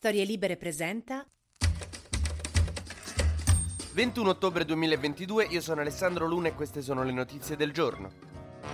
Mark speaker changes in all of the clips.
Speaker 1: Storie Libere presenta
Speaker 2: 21 ottobre 2022, io sono Alessandro Luna e queste sono le notizie del giorno.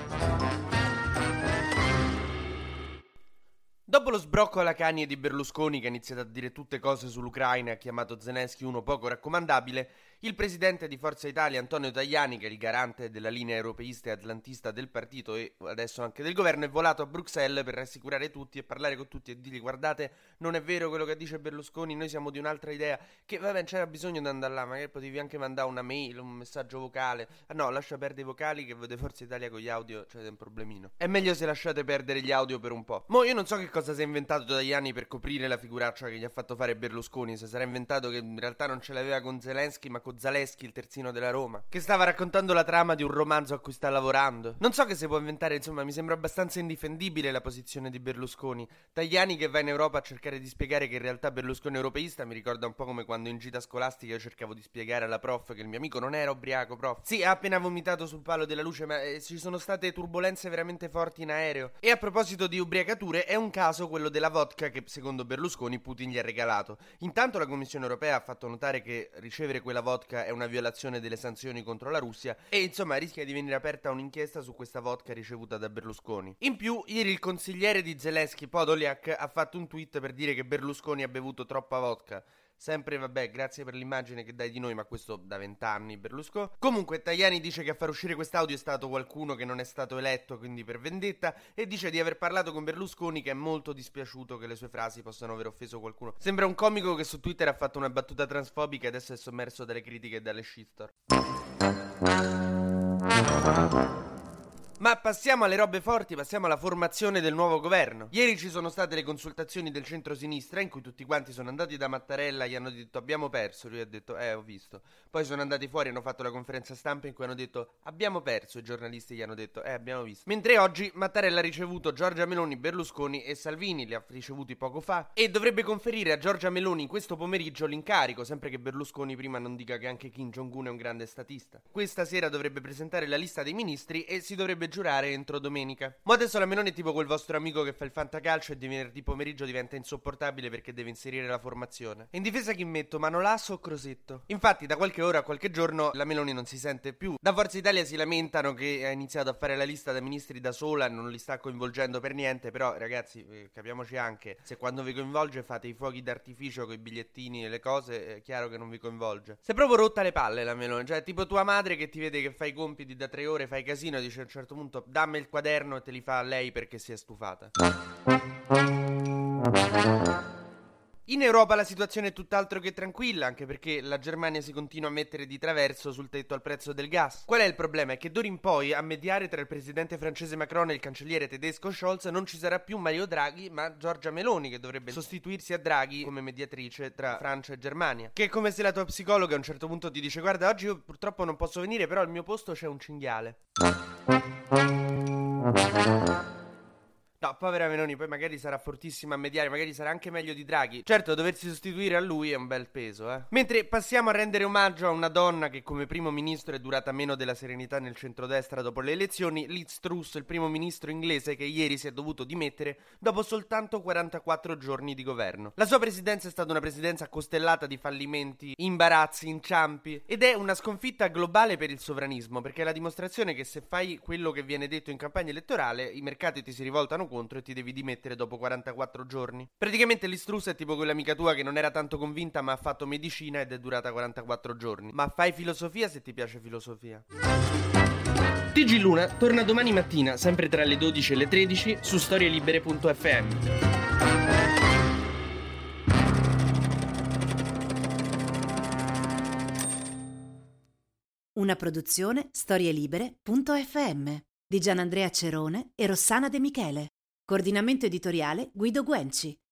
Speaker 2: Dopo lo sbrocco alla canie di Berlusconi, che ha iniziato a dire tutte cose sull'Ucraina e ha chiamato Zelensky uno poco raccomandabile, il presidente di Forza Italia Antonio Tajani, che è il garante della linea europeista e atlantista del partito e adesso anche del governo, è volato a Bruxelles per rassicurare tutti e parlare con tutti e dirgli: guardate, non è vero quello che dice Berlusconi, noi siamo di un'altra idea, che vabbè, c'era bisogno di andare là, magari potevi anche mandare una mail, un messaggio vocale. Ah no, lascia perdere i vocali, che vede Forza Italia con gli audio c'è un problemino. È meglio se lasciate perdere gli audio per un po'. Mo' io non so che cosa si è inventato Tajani per coprire la figuraccia che gli ha fatto fare Berlusconi. Se sarà inventato che in realtà non ce l'aveva con Zelensky ma con Zaleschi, il terzino della Roma, che stava raccontando la trama di un romanzo a cui sta lavorando. Non so che si può inventare, insomma mi sembra abbastanza indifendibile la posizione di Berlusconi. Tajani che va in Europa a cercare di spiegare che in realtà Berlusconi è europeista mi ricorda un po' come quando in gita scolastica io cercavo di spiegare alla prof che il mio amico non era ubriaco, prof. Sì, ha appena vomitato sul palo della luce, ma ci sono state turbolenze veramente forti in aereo. E a proposito di ubriacature, è un caso quello della vodka che secondo Berlusconi Putin gli ha regalato. Intanto la Commissione Europea ha fatto notare che ricevere quella vodka è una violazione delle sanzioni contro la Russia e insomma rischia di venire aperta un'inchiesta su questa vodka ricevuta da Berlusconi. In più, ieri il consigliere di Zelensky, Podolyak, ha fatto un tweet per dire che Berlusconi ha bevuto troppa vodka. Sempre, vabbè, grazie per l'immagine che dai di noi, ma questo da 20 anni, Berlusconi. Comunque, Tajani dice che a far uscire quest'audio è stato qualcuno che non è stato eletto, quindi per vendetta, e dice di aver parlato con Berlusconi, che è molto dispiaciuto che le sue frasi possano aver offeso qualcuno. Sembra un comico che su Twitter ha fatto una battuta transfobica e adesso è sommerso dalle critiche e dalle shitstorm. Ma passiamo alle robe forti, passiamo alla formazione del nuovo governo. Ieri ci sono state le consultazioni del centro-sinistra in cui tutti quanti sono andati da Mattarella, gli hanno detto abbiamo perso, lui ha detto ho visto. Poi sono andati fuori, hanno fatto la conferenza stampa in cui hanno detto abbiamo perso, i giornalisti gli hanno detto abbiamo visto. Mentre oggi Mattarella ha ricevuto Giorgia Meloni, Berlusconi e Salvini, li ha ricevuti poco fa, e dovrebbe conferire a Giorgia Meloni questo pomeriggio l'incarico, sempre che Berlusconi prima non dica che anche Kim Jong-un è un grande statista. Questa sera dovrebbe presentare la lista dei ministri e si dovrebbe giurare entro domenica. Ma adesso la Meloni è tipo quel vostro amico che fa il fantacalcio e di venerdì pomeriggio diventa insopportabile perché deve inserire la formazione. E in difesa chi metto? Manolasso o Crosetto? Infatti da qualche ora a qualche giorno la Meloni non si sente più. Da Forza Italia si lamentano che ha iniziato a fare la lista dei ministri da sola, non li sta coinvolgendo per niente. Però ragazzi, capiamoci anche, se quando vi coinvolge fate i fuochi d'artificio con i bigliettini e le cose, è chiaro che non vi coinvolge. Si è proprio rotta le palle la Meloni, cioè tipo tua madre che ti vede che fai i compiti da 3 ore, fai casino e dice a un certo punto dammi il quaderno e te li fa lei perché si è stufata. In Europa la situazione è tutt'altro che tranquilla, anche perché la Germania si continua a mettere di traverso sul tetto al prezzo del gas. Qual è il problema? È che d'ora in poi a mediare tra il presidente francese Macron e il cancelliere tedesco Scholz non ci sarà più Mario Draghi, ma Giorgia Meloni, che dovrebbe sostituirsi a Draghi come mediatrice tra Francia e Germania. Che è come se la tua psicologa a un certo punto ti dice guarda, oggi io purtroppo non posso venire, però al mio posto c'è un cinghiale. No, povera Meloni, poi magari sarà fortissima a mediare, magari sarà anche meglio di Draghi. Certo, doversi sostituire a lui è un bel peso, Mentre passiamo a rendere omaggio a una donna che come primo ministro è durata meno della serenità nel centrodestra dopo le elezioni, Liz Truss, il primo ministro inglese che ieri si è dovuto dimettere dopo soltanto 44 giorni di governo. La sua presidenza è stata una presidenza costellata di fallimenti, imbarazzi, inciampi, ed è una sconfitta globale per il sovranismo, perché è la dimostrazione che se fai quello che viene detto in campagna elettorale, i mercati ti si rivoltano contro e ti devi dimettere dopo 44 giorni. Praticamente Liz Truss è tipo quell'amica tua che non era tanto convinta ma ha fatto medicina ed è durata 44 giorni. Ma fai filosofia se ti piace filosofia. TG Luna torna domani mattina, sempre tra le 12 e le 13, su storielibere.fm.
Speaker 1: Una produzione storielibere.fm di Gianandrea Cerone e Rossana De Michele. Coordinamento editoriale Guido Guenci.